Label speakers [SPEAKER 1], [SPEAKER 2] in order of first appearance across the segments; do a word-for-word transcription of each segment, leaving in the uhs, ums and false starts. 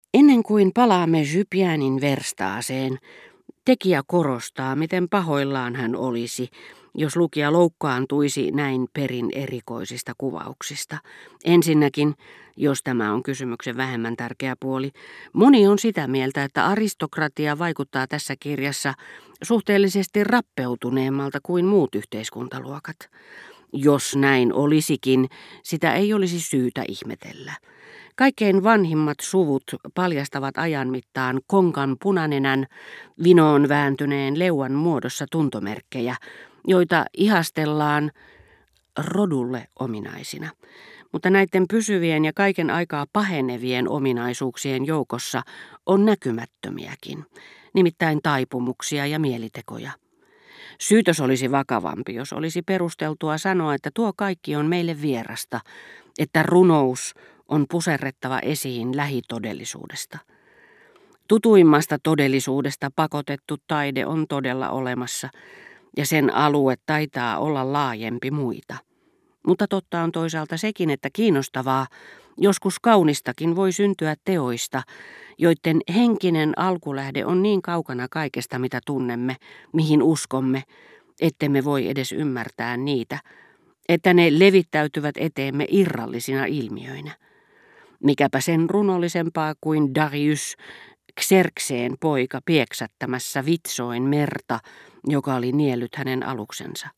[SPEAKER 1] Ennen kuin palaamme Jypianin verstaaseen, tekijä korostaa, miten pahoillaan hän olisi, jos lukija loukkaantuisi näin perin erikoisista kuvauksista. Ensinnäkin, jos tämä on kysymyksen vähemmän tärkeä puoli, moni on sitä mieltä, että aristokratia vaikuttaa tässä kirjassa suhteellisesti rappeutuneemmalta kuin muut yhteiskuntaluokat. Jos näin olisikin, sitä ei olisi syytä ihmetellä. Kaikkein vanhimmat suvut paljastavat ajan mittaan konkan punanenän, vinoon vääntyneen leuan muodossa tuntomerkkejä, joita ihastellaan rodulle ominaisina. Mutta näiden pysyvien ja kaiken aikaa pahenevien ominaisuuksien joukossa on näkymättömiäkin, nimittäin taipumuksia ja mielitekoja. Syytös olisi vakavampi, jos olisi perusteltua sanoa, että tuo kaikki on meille vierasta, että runous on puserrettava esiin lähitodellisuudesta. Tutuimmasta todellisuudesta pakotettu taide on todella olemassa, ja sen alue taitaa olla laajempi muita. Mutta totta on toisaalta sekin, että kiinnostavaa, joskus kaunistakin voi syntyä teoista, joiden henkinen alkulähde on niin kaukana kaikesta, mitä tunnemme, mihin uskomme, ettemme voi edes ymmärtää niitä, että ne levittäytyvät eteemme irrallisina ilmiöinä. Mikäpä sen runollisempaa kuin Darius, Xerxeen poika pieksättämässä vitsoin merta, joka oli niellyt hänen aluksensa.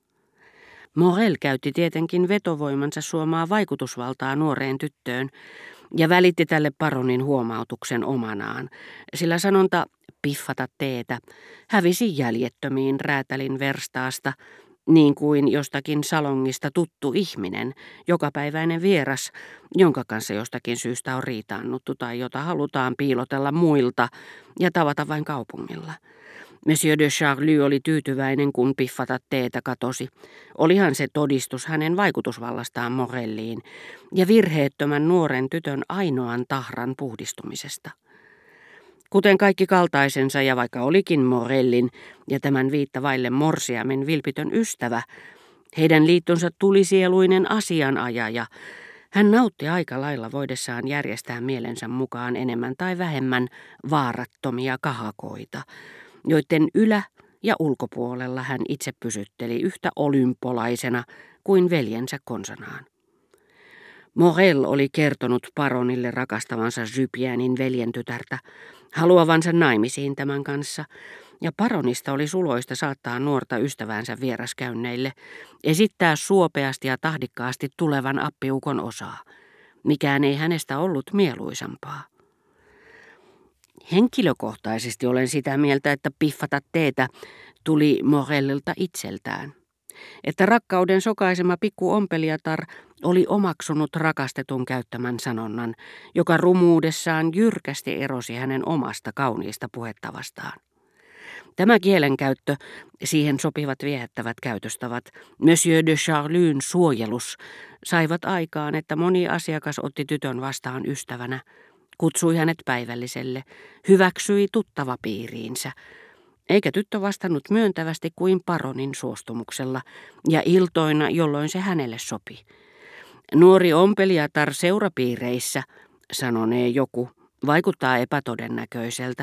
[SPEAKER 1] Morel käytti tietenkin vetovoimansa suomaa vaikutusvaltaa nuoreen tyttöön ja välitti tälle paronin huomautuksen omanaan, sillä sanonta piffata teetä hävisi jäljettömiin räätälin verstaasta, niin kuin jostakin salongista tuttu ihminen, jokapäiväinen vieras, jonka kanssa jostakin syystä on riitaannuttu tai jota halutaan piilotella muilta ja tavata vain kaupungilla. Monsieur de Charlie oli tyytyväinen, kun piffata teetä katosi. Olihan se todistus hänen vaikutusvallastaan Morelliin ja virheettömän nuoren tytön ainoan tahran puhdistumisesta. Kuten kaikki kaltaisensa ja vaikka olikin Morellin ja tämän viittavaille morsiamen vilpitön ystävä, heidän liittonsa tulisieluinen asianajaja, hän nautti aika lailla voidessaan järjestää mielensä mukaan enemmän tai vähemmän vaarattomia kahakoita, joiden ylä- ja ulkopuolella hän itse pysytteli yhtä olympolaisena kuin veljensä konsanaan. Morel oli kertonut paronille rakastavansa Jypianin veljentytärtä, haluavansa naimisiin tämän kanssa, ja paronista oli suloista saattaa nuorta ystävänsä vieraskäynneille, esittää suopeasti ja tahdikkaasti tulevan appiukon osaa. Mikään ei hänestä ollut mieluisampaa. Henkilökohtaisesti olen sitä mieltä, että piffata teetä tuli Morellilta itseltään. Että rakkauden sokaisema pikku ompelijatar oli omaksunut rakastetun käyttämän sanonnan, joka rumuudessaan jyrkästi erosi hänen omasta kauniista puhettavastaan. Tämä kielenkäyttö, siihen sopivat viehättävät käytöstavat, Monsieur de Charlyn suojelus, saivat aikaan, että moni asiakas otti tytön vastaan ystävänä, kutsui hänet päivälliselle, hyväksyi tuttavapiiriinsä, eikä tyttö vastannut myöntävästi kuin paronin suostumuksella ja iltoina, jolloin se hänelle sopi. Nuori ompelijatar seurapiireissä, sanonee joku, vaikuttaa epätodennäköiseltä.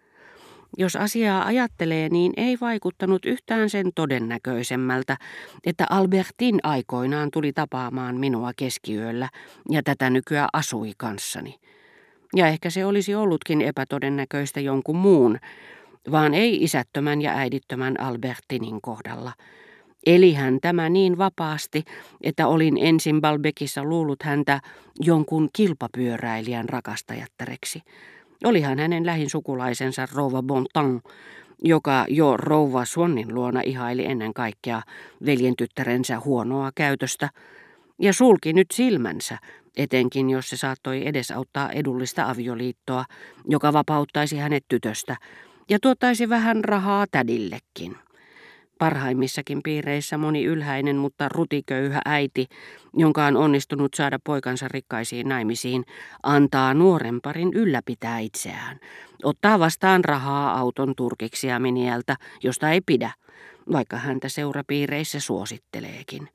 [SPEAKER 1] Jos asiaa ajattelee, niin ei vaikuttanut yhtään sen todennäköisemmältä, että Albertin aikoinaan tuli tapaamaan minua keskiyöllä ja tätä nykyään asui kanssani. Ja ehkä se olisi ollutkin epätodennäköistä jonkun muun, vaan ei isättömän ja äidittömän Albertinin kohdalla. Eli hän tämä niin vapaasti, että olin ensin Balbekissa luullut häntä jonkun kilpapyöräilijän rakastajattareksi. Olihan hänen lähin sukulaisensa rouva Bontan, joka jo rouva Swannin luona ihaili ennen kaikkea veljentyttärensä huonoa käytöstä, ja sulki nyt silmänsä, etenkin jos se saattoi edesauttaa edullista avioliittoa, joka vapauttaisi hänet tytöstä, ja tuottaisi vähän rahaa tädillekin. Parhaimmissakin piireissä moni ylhäinen, mutta rutiköyhä äiti, jonka on onnistunut saada poikansa rikkaisiin naimisiin, antaa nuoren parin ylläpitää itseään. Ottaa vastaan rahaa auton turkiksia miniältä, josta ei pidä, vaikka häntä seurapiireissä suositteleekin.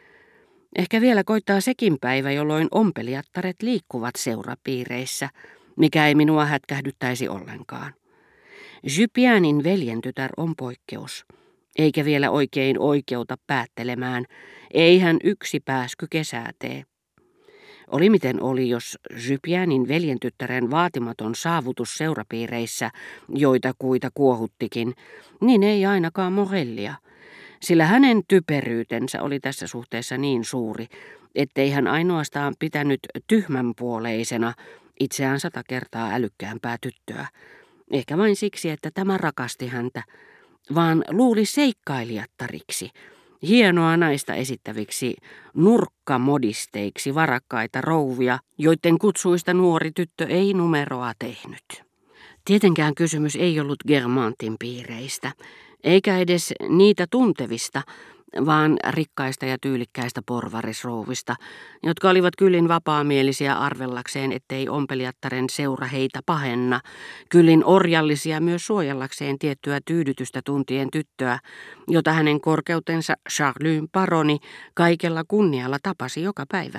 [SPEAKER 1] Ehkä vielä koittaa sekin päivä, jolloin ompelijattaret liikkuvat seurapiireissä, mikä ei minua hätkähdyttäisi ollenkaan. Jupienin veljentytär on poikkeus, eikä vielä oikein oikeuta päättelemään, ei hän yksi pääsky kesää tee. Oli miten oli, jos Jupienin veljentyttären vaatimaton saavutus seurapiireissä, joita kuita kuohuttikin, niin ei ainakaan Morellia, sillä hänen typeryytensä oli tässä suhteessa niin suuri, ettei hän ainoastaan pitänyt tyhmänpuoleisena itseään sata kertaa älykkäämpää tyttöä, ehkä vain siksi, että tämä rakasti häntä, vaan luuli seikkailijattariksi, hienoa naista esittäviksi nurkkamodisteiksi varakkaita rouvia, joiden kutsuista nuori tyttö ei numeroa tehnyt. Tietenkään kysymys ei ollut Guermantin piireistä, eikä edes niitä tuntevista, vaan rikkaista ja tyylikkäistä porvarisrouvista, jotka olivat kyllin vapaamielisiä arvellakseen, ettei ompelijattaren seura heitä pahenna, kyllin orjallisia myös suojellakseen tiettyä tyydytystä tuntien tyttöä, jota hänen korkeutensa Charlyn paroni kaikella kunnialla tapasi joka päivä.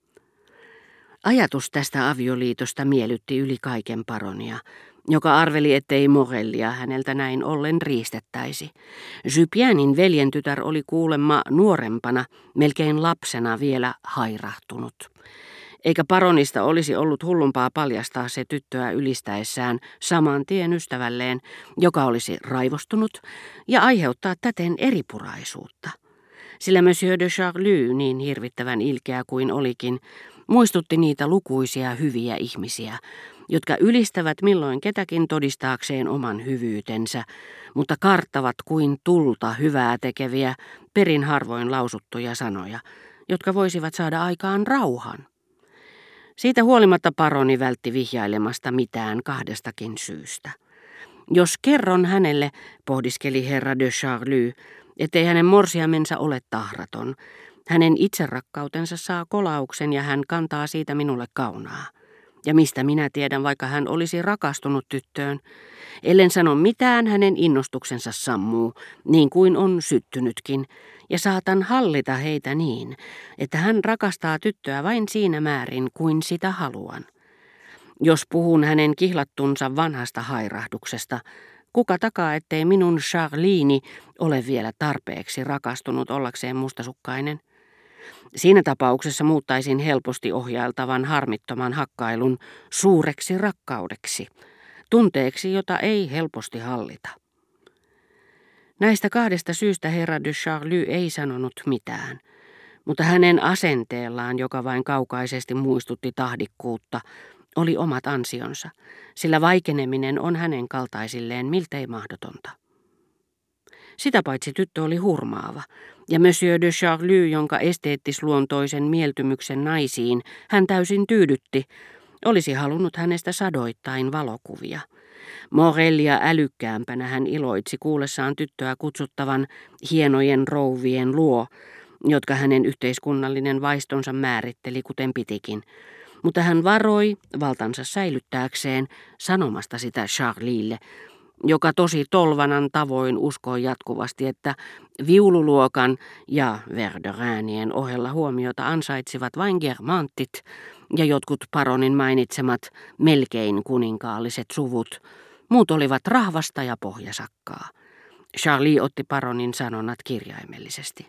[SPEAKER 1] Ajatus tästä avioliitosta miellytti yli kaiken paronia, joka arveli, ettei Morellia häneltä näin ollen riistettäisi. Jupienin veljentytär oli kuulemma nuorempana, melkein lapsena vielä hairahtunut. Eikä paronista olisi ollut hullumpaa paljastaa se tyttöä ylistäessään saman tien ystävälleen, joka olisi raivostunut, ja aiheuttaa täten eripuraisuutta. Sillä Monsieur de Charlus, niin hirvittävän ilkeä kuin olikin, muistutti niitä lukuisia hyviä ihmisiä, jotka ylistävät milloin ketäkin todistaakseen oman hyvyytensä, mutta karttavat kuin tulta hyvää tekeviä, perin harvoin lausuttuja sanoja, jotka voisivat saada aikaan rauhan. Siitä huolimatta paroni vältti vihjailemasta mitään kahdestakin syystä. Jos kerron hänelle, pohdiskeli herra de Charlus, ettei hänen morsiamensa ole tahraton, hänen itserakkautensa saa kolauksen ja hän kantaa siitä minulle kaunaa. Ja mistä minä tiedän, vaikka hän olisi rakastunut tyttöön? Ellen sano mitään, hänen innostuksensa sammuu, niin kuin on syttynytkin, ja saatan hallita heitä niin, että hän rakastaa tyttöä vain siinä määrin, kuin sitä haluan. Jos puhun hänen kihlattunsa vanhasta hairahduksesta, kuka takaa, ettei minun Charlini ole vielä tarpeeksi rakastunut ollakseen mustasukkainen? Siinä tapauksessa muuttaisin helposti ohjailtavan harmittoman hakkailun suureksi rakkaudeksi, tunteeksi, jota ei helposti hallita. Näistä kahdesta syystä herra de Charlus ei sanonut mitään, mutta hänen asenteellaan, joka vain kaukaisesti muistutti tahdikkuutta, oli omat ansionsa, sillä vaikeneminen on hänen kaltaisilleen miltei mahdotonta. Sitä paitsi tyttö oli hurmaava, ja Monsieur de Charlus, jonka esteettisluontoisen mieltymyksen naisiin hän täysin tyydytti, olisi halunnut hänestä sadoittain valokuvia. Morellia älykkäämpänä hän iloitsi kuullessaan tyttöä kutsuttavan hienojen rouvien luo, jotka hänen yhteiskunnallinen vaistonsa määritteli kuten pitikin, mutta hän varoi valtansa säilyttääkseen sanomasta sitä Charlille, joka tosi tolvanan tavoin uskoi jatkuvasti, että viululuokan ja Verderäänien ohella huomiota ansaitsivat vain Guermantit ja jotkut paronin mainitsemat melkein kuninkaalliset suvut. Muut olivat rahvasta ja pohjasakkaa. Charlie otti paronin sanonnat kirjaimellisesti.